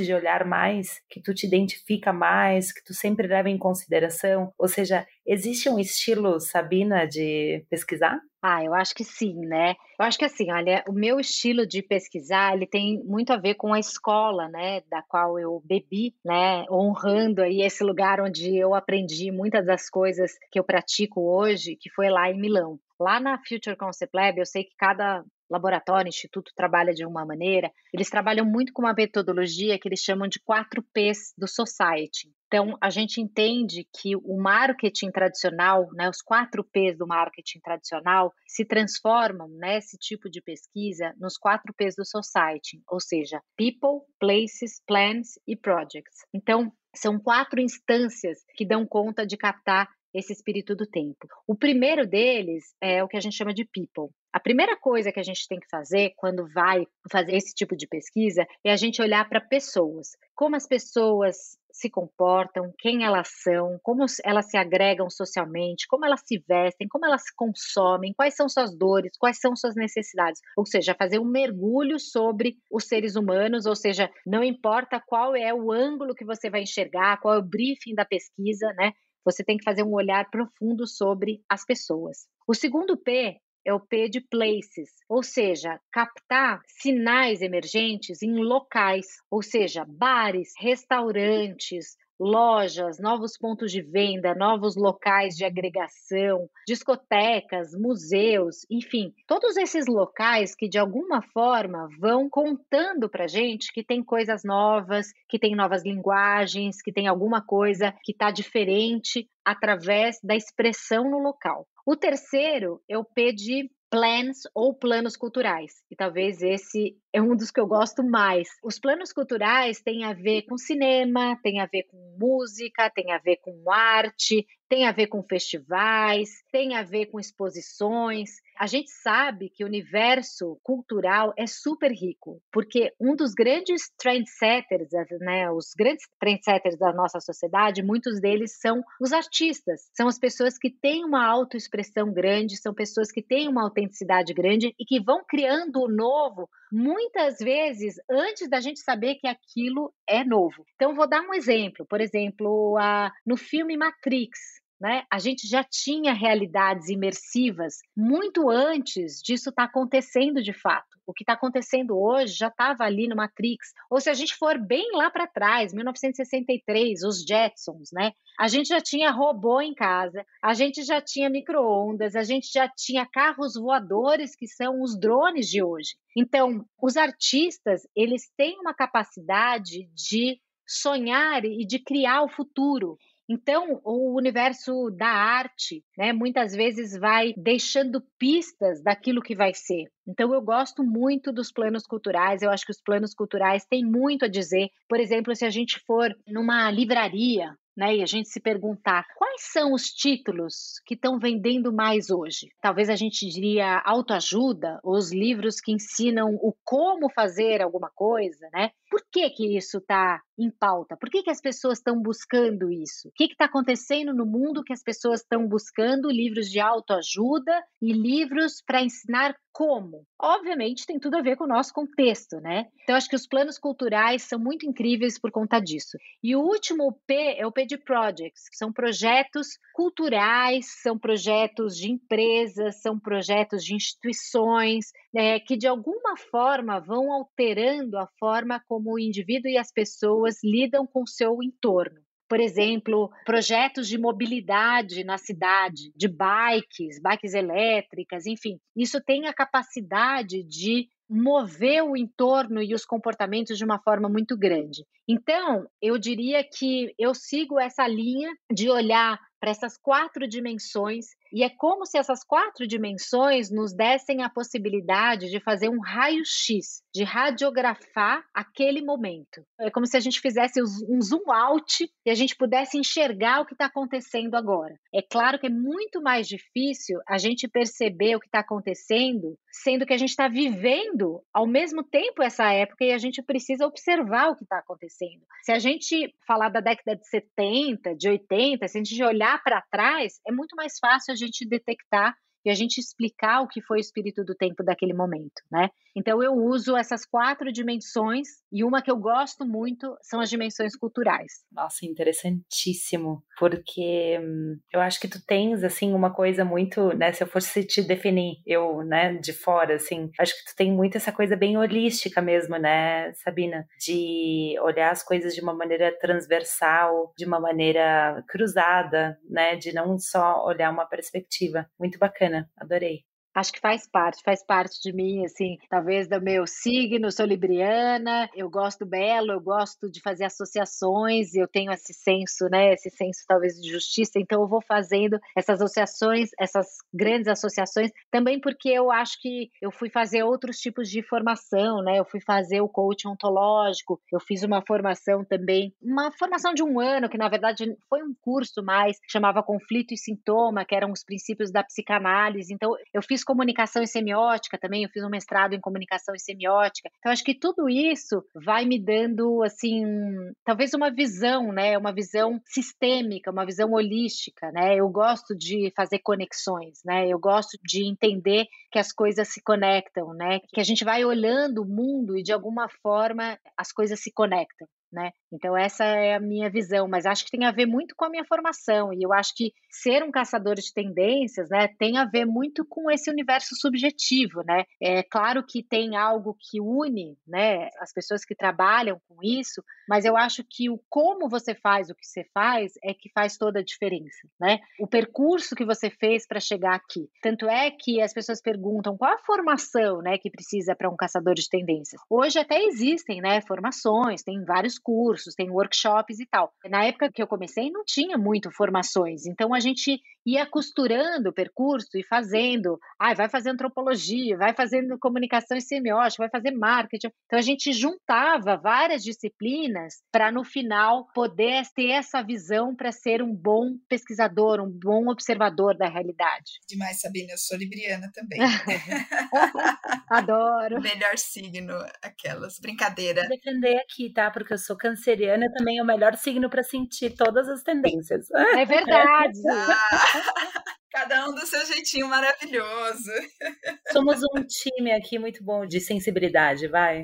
Speaker 1: mais, que tu te identifica mais, que tu sempre leva em consideração? Ou seja, existe um estilo, Sabina, de pesquisar?
Speaker 3: Eu acho que sim, né? Eu acho que assim, olha, o meu estilo de pesquisar, ele tem muito a ver com a escola, né, da qual eu bebi, né, honrando aí esse lugar onde eu aprendi muitas das coisas que eu pratico hoje, que foi lá em Milão. Lá na Future Concept Lab, eu sei que cada laboratório, instituto trabalha de uma maneira, eles trabalham muito com uma metodologia que eles chamam de 4Ps do Society. Então, a gente entende que o marketing tradicional, né, os 4Ps do marketing tradicional, se transformam nesse tipo de pesquisa nos 4Ps do Society, ou seja, People, Places, Plans e Projects. Então, são 4 instâncias que dão conta de captar esse espírito do tempo. O primeiro deles é o que a gente chama de People. A primeira coisa que a gente tem que fazer quando vai fazer esse tipo de pesquisa é a gente olhar para pessoas. Como as pessoas se comportam, quem elas são, como elas se agregam socialmente, como elas se vestem, como elas se consomem, quais são suas dores, quais são suas necessidades. Ou seja, fazer um mergulho sobre os seres humanos, ou seja, não importa qual é o ângulo que você vai enxergar, qual é o briefing da pesquisa, né? Você tem que fazer um olhar profundo sobre as pessoas. O segundo P é o P de places, ou seja, captar sinais emergentes em locais, ou seja, bares, restaurantes, lojas, novos pontos de venda, novos locais de agregação, discotecas, museus, enfim, todos esses locais que de alguma forma vão contando para a gente que tem coisas novas, que tem novas linguagens, que tem alguma coisa que está diferente através da expressão no local. O terceiro é o P de plans ou planos culturais, e talvez esse é um dos que eu gosto mais. Os planos culturais têm a ver com cinema, têm a ver com música, têm a ver com arte, tem a ver com festivais, tem a ver com exposições. A gente sabe que o universo cultural é super rico, porque um dos grandes trendsetters, né, os grandes trendsetters da nossa sociedade, muitos deles são os artistas, são as pessoas que têm uma autoexpressão grande, são pessoas que têm uma autenticidade grande e que vão criando o novo, muitas vezes antes da gente saber que aquilo é novo. Então, vou dar um exemplo. Por exemplo, no filme Matrix, né? A gente já tinha realidades imersivas muito antes disso estar acontecendo de fato. O que está acontecendo hoje já estava ali no Matrix. Ou se a gente for bem lá para trás, 1963, os Jetsons, né? A gente já tinha robô em casa, a gente já tinha micro-ondas, a gente já tinha carros voadores, que são os drones de hoje. Então, os artistas, eles têm uma capacidade de sonhar e de criar o futuro. Então, o universo da arte, né, muitas vezes vai deixando pistas daquilo que vai ser. Então, eu gosto muito dos planos culturais, eu acho que os planos culturais têm muito a dizer. Por exemplo, se a gente for numa livraria, né, e a gente se perguntar quais são os títulos que estão vendendo mais hoje. Talvez a gente diria autoajuda, ou os livros que ensinam o como fazer alguma coisa, né? Por que isso está em pauta? Por que as pessoas estão buscando isso? O que está acontecendo no mundo que as pessoas estão buscando livros de autoajuda e livros para ensinar como? Obviamente tem tudo a ver com o nosso contexto, né? Então acho que os planos culturais são muito incríveis por conta disso. E o último P é o P de projects, que são projetos culturais, são projetos de empresas, são projetos de instituições, que de alguma forma vão alterando a forma como o indivíduo e as pessoas lidam com o seu entorno. Por exemplo, projetos de mobilidade na cidade, de bikes elétricas, enfim. Isso tem a capacidade de mover o entorno e os comportamentos de uma forma muito grande. Então, eu diria que eu sigo essa linha de olhar para essas 4 dimensões, e é como se essas 4 dimensões nos dessem a possibilidade de fazer um raio-x, de radiografar aquele momento. É como se a gente fizesse um zoom out e a gente pudesse enxergar o que está acontecendo agora. É claro que é muito mais difícil a gente perceber o que está acontecendo, sendo que a gente está vivendo ao mesmo tempo essa época e a gente precisa observar o que está acontecendo. Se a gente falar da década de 70, de 80, se a gente olhar para trás, é muito mais fácil a gente detectar e a gente explicar o que foi o espírito do tempo daquele momento, né? Então eu uso essas 4 dimensões e uma que eu gosto muito são as dimensões culturais.
Speaker 1: Nossa, interessantíssimo, porque eu acho que tu tens, assim, uma coisa muito, né, se eu fosse te definir, eu, né, de fora, assim, acho que tu tem muito essa coisa bem holística mesmo, né, Sabina, de olhar as coisas de uma maneira transversal, de uma maneira cruzada, né, de não só olhar uma perspectiva. Muito bacana, adorei.
Speaker 3: Acho que faz parte de mim, assim, talvez do meu signo, sou libriana, eu gosto belo, eu gosto de fazer associações, eu tenho esse senso, né, esse senso talvez de justiça, então eu vou fazendo essas associações, essas grandes associações, também porque eu acho que eu fui fazer outros tipos de formação, né, eu fui fazer o coaching ontológico, eu fiz uma formação também, uma formação de 1 ano, que na verdade foi um curso mais, chamava Conflito e Sintoma, que eram os princípios da psicanálise, então eu fiz comunicação e semiótica também, eu fiz um mestrado em comunicação e semiótica. Então, acho que tudo isso vai me dando, assim, talvez uma visão, né? Uma visão sistêmica, uma visão holística, né? Eu gosto de fazer conexões, né? Eu gosto de entender que as coisas se conectam, né? Que a gente vai olhando o mundo e, de alguma forma, as coisas se conectam. Né? Então essa é a minha visão, mas acho que tem a ver muito com a minha formação, e eu acho que ser um caçador de tendências, né, tem a ver muito com esse universo subjetivo, né? É claro que tem algo que une, né, as pessoas que trabalham com isso, mas eu acho que o como você faz o que você faz é que faz toda a diferença, né? O percurso que você fez para chegar aqui. Tanto é que as pessoas perguntam qual a formação, né, que precisa para um caçador de tendências. Hoje até existem, né, formações, tem vários cursos, tem workshops e tal. Na época que eu comecei não tinha muito formações, então a gente ia costurando o percurso e fazendo, vai fazer antropologia, vai fazendo comunicação e semiótica, vai fazer marketing. Então a gente juntava várias disciplinas para no final poder ter essa visão para ser um bom pesquisador, um bom observador da realidade.
Speaker 2: Demais, Sabina, eu sou libriana também.
Speaker 3: Adoro.
Speaker 2: Melhor signo, aquelas, brincadeira.
Speaker 1: Vou defender aqui, tá? Porque eu sou canceriana, também é o melhor signo para sentir todas as tendências.
Speaker 3: É verdade.
Speaker 2: Cada um do seu jeitinho maravilhoso.
Speaker 1: Somos um time aqui muito bom de sensibilidade, vai?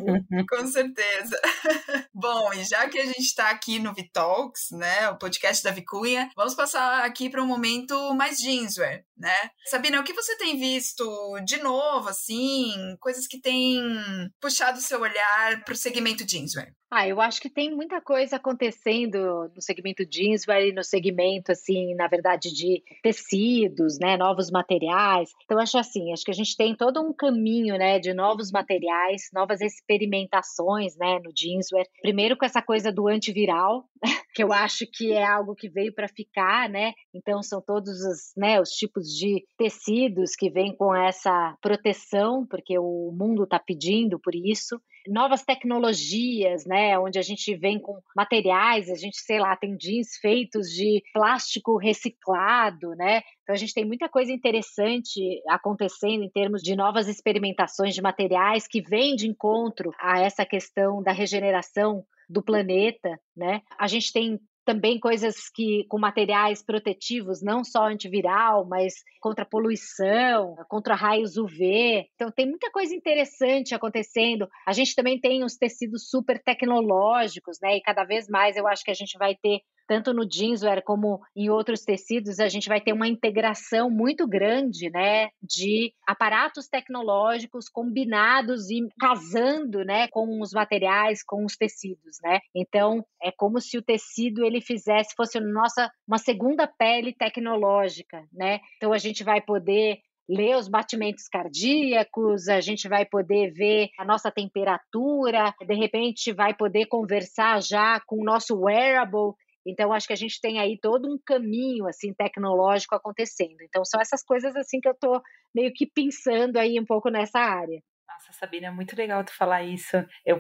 Speaker 2: Com certeza. Bom, e já que a gente está aqui no Vitalks, né, o podcast da Vicunha, vamos passar aqui para um momento mais jeanswear, né? Sabina, o que você tem visto de novo, assim, coisas que têm puxado o seu olhar para o segmento jeanswear?
Speaker 3: Eu acho que tem muita coisa acontecendo no segmento jeanswear e no segmento, assim, na verdade, de tecidos, né, novos materiais. Então, acho que a gente tem todo um caminho, né, de novos materiais, novas experimentações, né, no jeanswear. Primeiro com essa coisa do antiviral, que eu acho que é algo que veio para ficar, né? Então, são todos os tipos de tecidos que vêm com essa proteção, porque o mundo está pedindo por isso. Novas tecnologias, né, onde a gente vem com materiais, a gente, sei lá, tem jeans feitos de plástico reciclado, né? Então a gente tem muita coisa interessante acontecendo em termos de novas experimentações de materiais que vêm de encontro a essa questão da regeneração do planeta, né? A gente tem também coisas com materiais protetivos, não só antiviral, mas contra poluição, contra raios UV. Então, tem muita coisa interessante acontecendo. A gente também tem os tecidos super tecnológicos, né? E cada vez mais eu acho que a gente vai ter, tanto no jeanswear como em outros tecidos, a gente vai ter uma integração muito grande, né, de aparatos tecnológicos combinados e casando, né, com os materiais, com os tecidos, né? Então, é como se o tecido fosse uma segunda pele tecnológica, né? Então, a gente vai poder ler os batimentos cardíacos, a gente vai poder ver a nossa temperatura, de repente vai poder conversar já com o nosso wearable. Então, acho que a gente tem aí todo um caminho assim tecnológico acontecendo. Então, são essas coisas assim que eu estou meio que pensando aí um pouco nessa área.
Speaker 1: Nossa, Sabina, é muito legal tu falar isso. Eu vou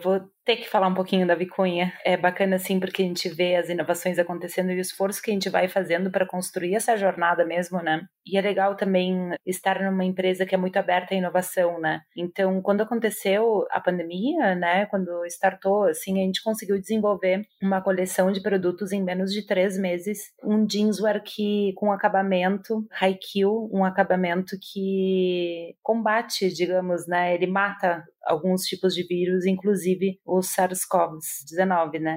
Speaker 1: ter que falar um pouquinho da Vicunha. É bacana, assim, porque a gente vê as inovações acontecendo e o esforço que a gente vai fazendo para construir essa jornada mesmo, né? E é legal também estar numa empresa que é muito aberta à inovação, né? Então, quando aconteceu a pandemia, né? Quando startou, assim, a gente conseguiu desenvolver uma coleção de produtos em menos de 3 meses. Um jeanswear que, com acabamento Haikyuu, um acabamento que combate, digamos, né? Ele mata alguns tipos de vírus, inclusive o SARS-CoV-19, né?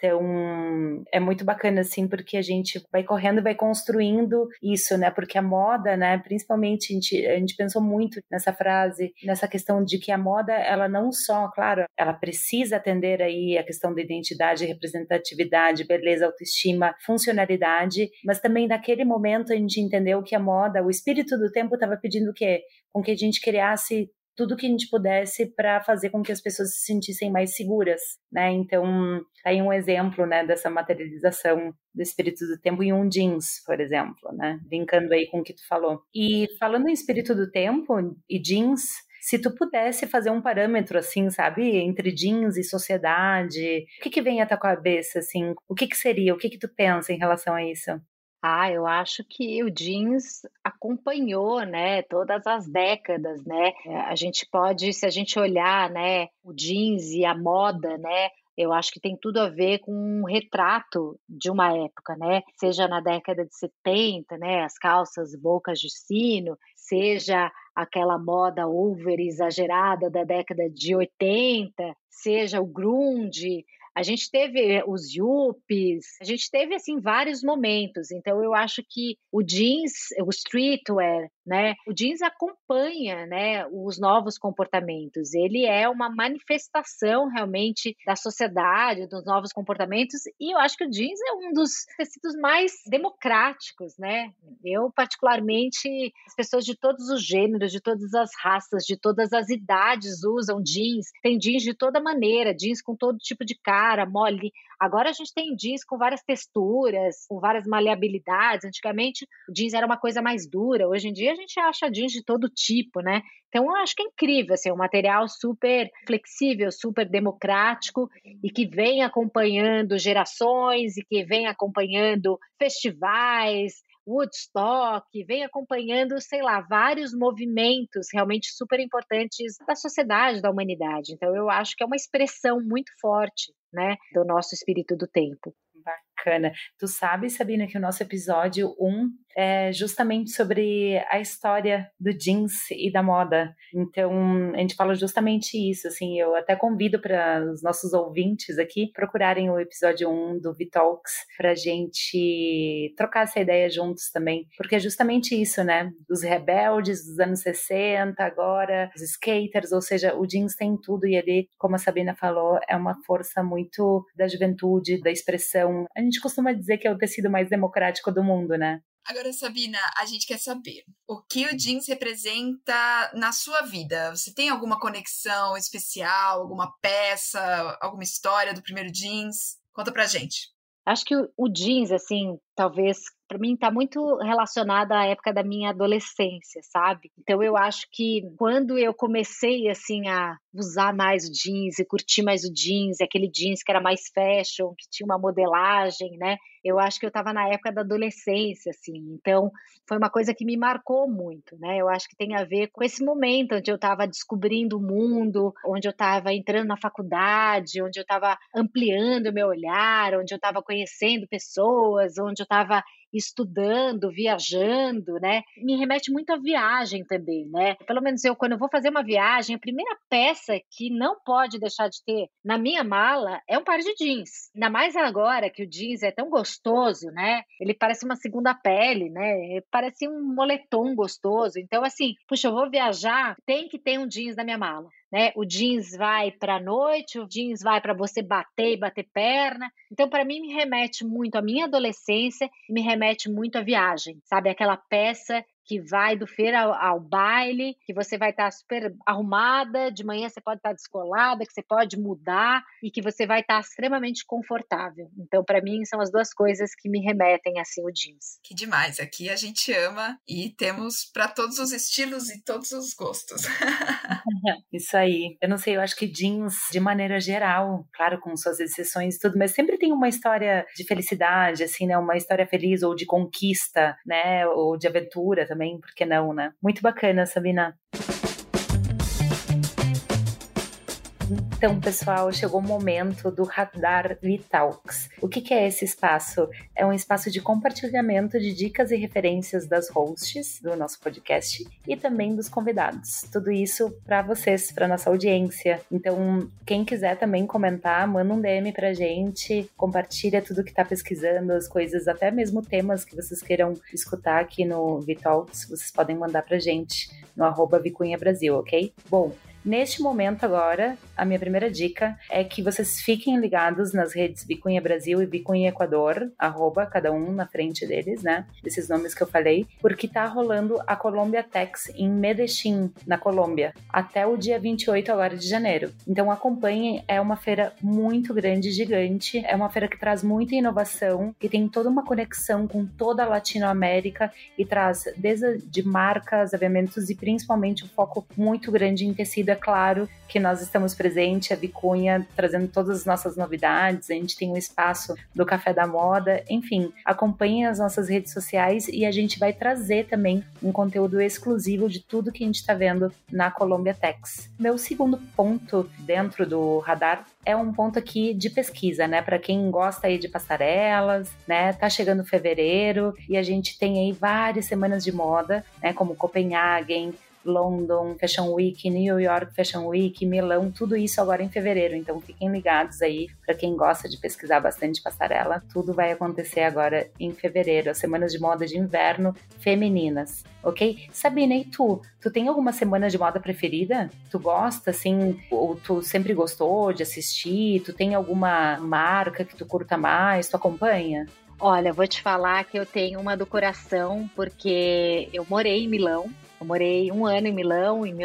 Speaker 1: Então, é muito bacana, assim, porque a gente vai correndo e vai construindo isso, né? Porque a moda, né? Principalmente, a gente pensou muito nessa frase, nessa questão de que a moda, ela não só, claro, ela precisa atender aí a questão da identidade, representatividade, beleza, autoestima, funcionalidade, mas também naquele momento a gente entendeu que a moda, o espírito do tempo estava pedindo o quê? Com que a gente criasse tudo que a gente pudesse para fazer com que as pessoas se sentissem mais seguras, né? Então, tá aí um exemplo, né, dessa materialização do espírito do tempo em um jeans, por exemplo, né? Brincando aí com o que tu falou. E falando em espírito do tempo e jeans, se tu pudesse fazer um parâmetro, assim, sabe, entre jeans e sociedade, o que vem à tua cabeça, assim? O que seria? O que tu pensa em relação a isso?
Speaker 3: Eu acho que o jeans acompanhou, né, todas as décadas, né? A gente pode, se a gente olhar, né, o jeans e a moda, né, eu acho que tem tudo a ver com um retrato de uma época, né? Seja na década de 70, né, as calças bocas de sino, seja aquela moda over exagerada da década de 80, seja o grunge. A gente teve os yuppies, a gente teve, assim, vários momentos. Então, eu acho que o jeans, o streetwear, né? O jeans acompanha, né, os novos comportamentos. Ele é uma manifestação, realmente, da sociedade, dos novos comportamentos. E eu acho que o jeans é um dos tecidos mais democráticos, né? Eu, particularmente, as pessoas de todos os gêneros, de todas as raças, de todas as idades usam jeans. Tem jeans de toda maneira, jeans com todo tipo de cara, mole. Agora a gente tem jeans com várias texturas, com várias maleabilidades. Antigamente o jeans era uma coisa mais dura. Hoje em dia a gente acha jeans de todo tipo, né? Então eu acho que é incrível, assim, um material super flexível, super democrático e que vem acompanhando gerações e que vem acompanhando festivais, Woodstock, vem acompanhando, sei lá, vários movimentos realmente super importantes da sociedade, da humanidade. Então, eu acho que é uma expressão muito forte, né, do nosso espírito do tempo.
Speaker 1: Bacana. Tu sabe, Sabina, que o nosso episódio 1 é justamente sobre a história do jeans e da moda. Então, a gente fala justamente isso, assim, eu até convido para os nossos ouvintes aqui procurarem o episódio 1 do V-Talks pra gente trocar essa ideia juntos também, porque é justamente isso, né? Os rebeldes dos anos 60, agora, os skaters, ou seja, o jeans tem tudo e ele, como a Sabina falou, é uma força muito da juventude, da expressão. A gente costuma dizer que é o tecido mais democrático do mundo, né?
Speaker 2: Agora, Sabina, a gente quer saber o que o jeans representa na sua vida. Você tem alguma conexão especial, alguma peça, alguma história do primeiro jeans? Conta pra gente.
Speaker 3: Acho que o jeans, assim, talvez, para mim, está muito relacionado à época da minha adolescência, sabe? Então, eu acho que quando eu comecei, assim, a usar mais o jeans e curtir mais o jeans, aquele jeans que era mais fashion, que tinha uma modelagem, né? Eu acho que eu estava na época da adolescência, assim. Então, foi uma coisa que me marcou muito, né? Eu acho que tem a ver com esse momento onde eu estava descobrindo o mundo, onde eu estava entrando na faculdade, onde eu estava ampliando o meu olhar, onde eu estava conhecendo pessoas, onde eu estava estudando, viajando, né? Me remete muito à viagem também, né? Pelo menos eu, quando eu vou fazer uma viagem, a primeira peça que não pode deixar de ter na minha mala é um par de jeans. Ainda mais agora que o jeans é tão gostoso, né? Ele parece uma segunda pele, né? Ele parece um moletom gostoso. Então, assim, puxa, eu vou viajar, tem que ter um jeans na minha mala. Né? O jeans vai para a noite, o jeans vai para você bater e bater perna. Então, para mim, me remete muito à minha adolescência e me remete muito à viagem, sabe? Aquela peça que vai do feira ao baile, que você vai estar super arrumada, de manhã você pode estar descolada, que você pode mudar e que você vai estar extremamente confortável. Então, para mim, são as duas coisas que me remetem assim o jeans.
Speaker 2: Que demais, aqui a gente ama e temos para todos os estilos e todos os gostos.
Speaker 1: Isso aí. Eu não sei, eu acho que jeans, de maneira geral, claro, com suas exceções e tudo, mas sempre tem uma história de felicidade, assim, né? Uma história feliz ou de conquista, né? Ou de aventura também, por que não, né? Muito bacana, Sabina. Então, pessoal, chegou o momento do Radar Vitalks. O que é esse espaço? É um espaço de compartilhamento de dicas e referências das hosts do nosso podcast e também dos convidados. Tudo isso para vocês, para nossa audiência. Então, quem quiser também comentar, manda um DM pra gente, compartilha tudo que tá pesquisando, as coisas, até mesmo temas que vocês queiram escutar aqui no Vitalks, vocês podem mandar pra gente no @vicunhabrasil, ok? Bom, neste momento agora, a minha primeira dica é que vocês fiquem ligados nas redes Vicunha Brasil e Vicunha Equador, @ cada um na frente deles, né? Desses nomes que eu falei, porque tá rolando a Colombia Tex em Medellín, na Colômbia, até o dia 28 agora de janeiro. Então acompanhem, é uma feira muito grande, gigante, é uma feira que traz muita inovação, que tem toda uma conexão com toda a Latinoamérica e traz desde de marcas, aviamentos e principalmente um foco muito grande em tecido. É claro que nós estamos presentes, a Vicunha, trazendo todas as nossas novidades, a gente tem um espaço do Café da Moda, enfim, acompanhem as nossas redes sociais e a gente vai trazer também um conteúdo exclusivo de tudo que a gente está vendo na Colombia Tex. Meu segundo ponto dentro do radar é um ponto aqui de pesquisa, né, para quem gosta aí de passarelas, né, tá chegando fevereiro e a gente tem aí várias semanas de moda, né, como Copenhagen, London Fashion Week, New York Fashion Week, Milão, tudo isso agora em fevereiro, então fiquem ligados aí, para quem gosta de pesquisar bastante passarela, tudo vai acontecer agora em fevereiro, as semanas de moda de inverno femininas, ok? Sabina, e tu? Tu tem alguma semana de moda preferida? Tu gosta, assim, ou tu sempre gostou de assistir? Tu tem alguma marca que tu curta mais? Tu acompanha?
Speaker 3: Olha, vou te falar que eu tenho uma do coração, porque eu morei em Milão. Eu morei 1 ano em Milão, em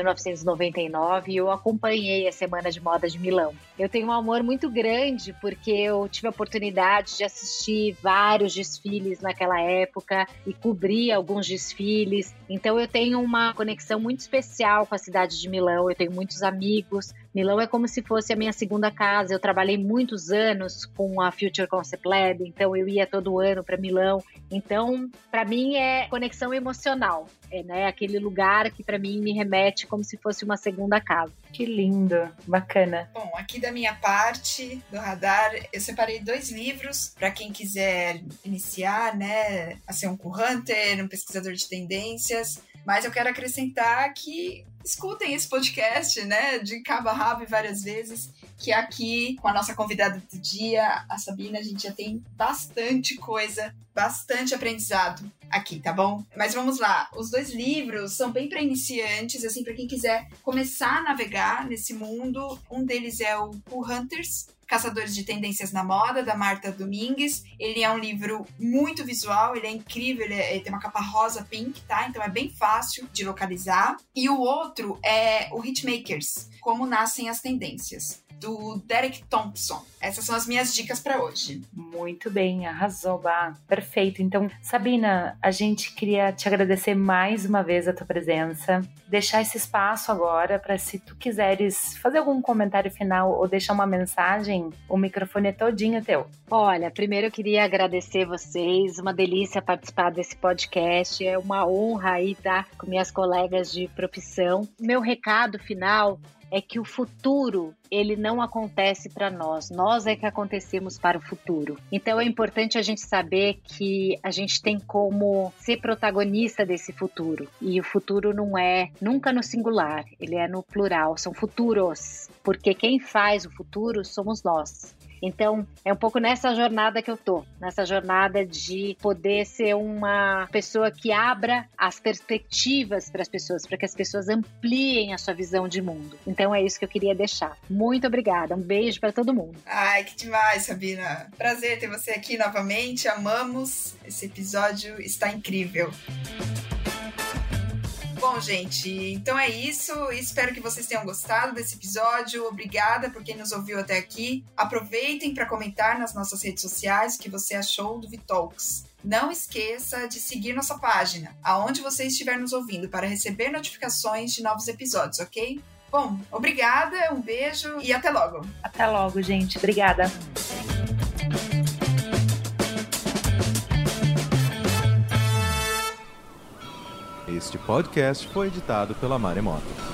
Speaker 3: 1999, e eu acompanhei a Semana de Moda de Milão. Eu tenho um amor muito grande, porque eu tive a oportunidade de assistir vários desfiles naquela época e cobrir alguns desfiles. Então eu tenho uma conexão muito especial com a cidade de Milão, eu tenho muitos amigos. Milão é como se fosse a minha segunda casa. Eu trabalhei muitos anos com a Future Concept Lab, então eu ia todo ano para Milão. Então, para mim é conexão emocional, né? Aquele lugar que para mim me remete como se fosse uma segunda casa.
Speaker 1: Que lindo, bacana.
Speaker 2: Bom, aqui da minha parte do radar, eu separei 2 livros para quem quiser iniciar, né, a ser um co-hunter, um pesquisador de tendências. Mas eu quero acrescentar que escutem esse podcast, né, de cabo a rabo várias vezes, que aqui, com a nossa convidada do dia, a Sabina, a gente já tem bastante coisa, bastante aprendizado aqui, tá bom? Mas vamos lá, os 2 livros são bem para iniciantes, assim, para quem quiser começar a navegar nesse mundo. Um deles é o Cool Hunters, Caçadores de Tendências na Moda, da Marta Domingues. Ele é um livro muito visual, ele é incrível, ele tem uma capa rosa pink, tá? Então é bem fácil de localizar. E o outro é o Hitmakers, Como Nascem as Tendências, do Derek Thompson. Essas são as minhas dicas para hoje.
Speaker 1: Muito bem, arrasou, Bah. Perfeito. Então, Sabina, a gente queria te agradecer mais uma vez a tua presença, deixar esse espaço agora para, se tu quiseres fazer algum comentário final ou deixar uma mensagem, o microfone é todinho teu.
Speaker 3: Olha, primeiro eu queria agradecer vocês, uma delícia participar desse podcast, é uma honra aí estar com minhas colegas de profissão. Meu recado final é que o futuro, ele não acontece para nós é que acontecemos para o futuro. Então é importante a gente saber que a gente tem como ser protagonista desse futuro. E o futuro não é nunca no singular, ele é no plural, são futuros, porque quem faz o futuro somos nós. Então, é um pouco nessa jornada que eu tô, nessa jornada de poder ser uma pessoa que abra as perspectivas para as pessoas, para que as pessoas ampliem a sua visão de mundo. Então, é isso que eu queria deixar. Muito obrigada, um beijo para todo mundo.
Speaker 2: Ai, que demais, Sabina. Prazer ter você aqui novamente, amamos. Esse episódio está incrível. Bom, gente, então é isso. Espero que vocês tenham gostado desse episódio. Obrigada por quem nos ouviu até aqui. Aproveitem para comentar nas nossas redes sociais o que você achou do VTalks. Não esqueça de seguir nossa página, aonde você estiver nos ouvindo, para receber notificações de novos episódios, ok? Bom, obrigada, um beijo e até logo.
Speaker 1: Até logo, gente. Obrigada.
Speaker 4: Este podcast foi editado pela Maremoto.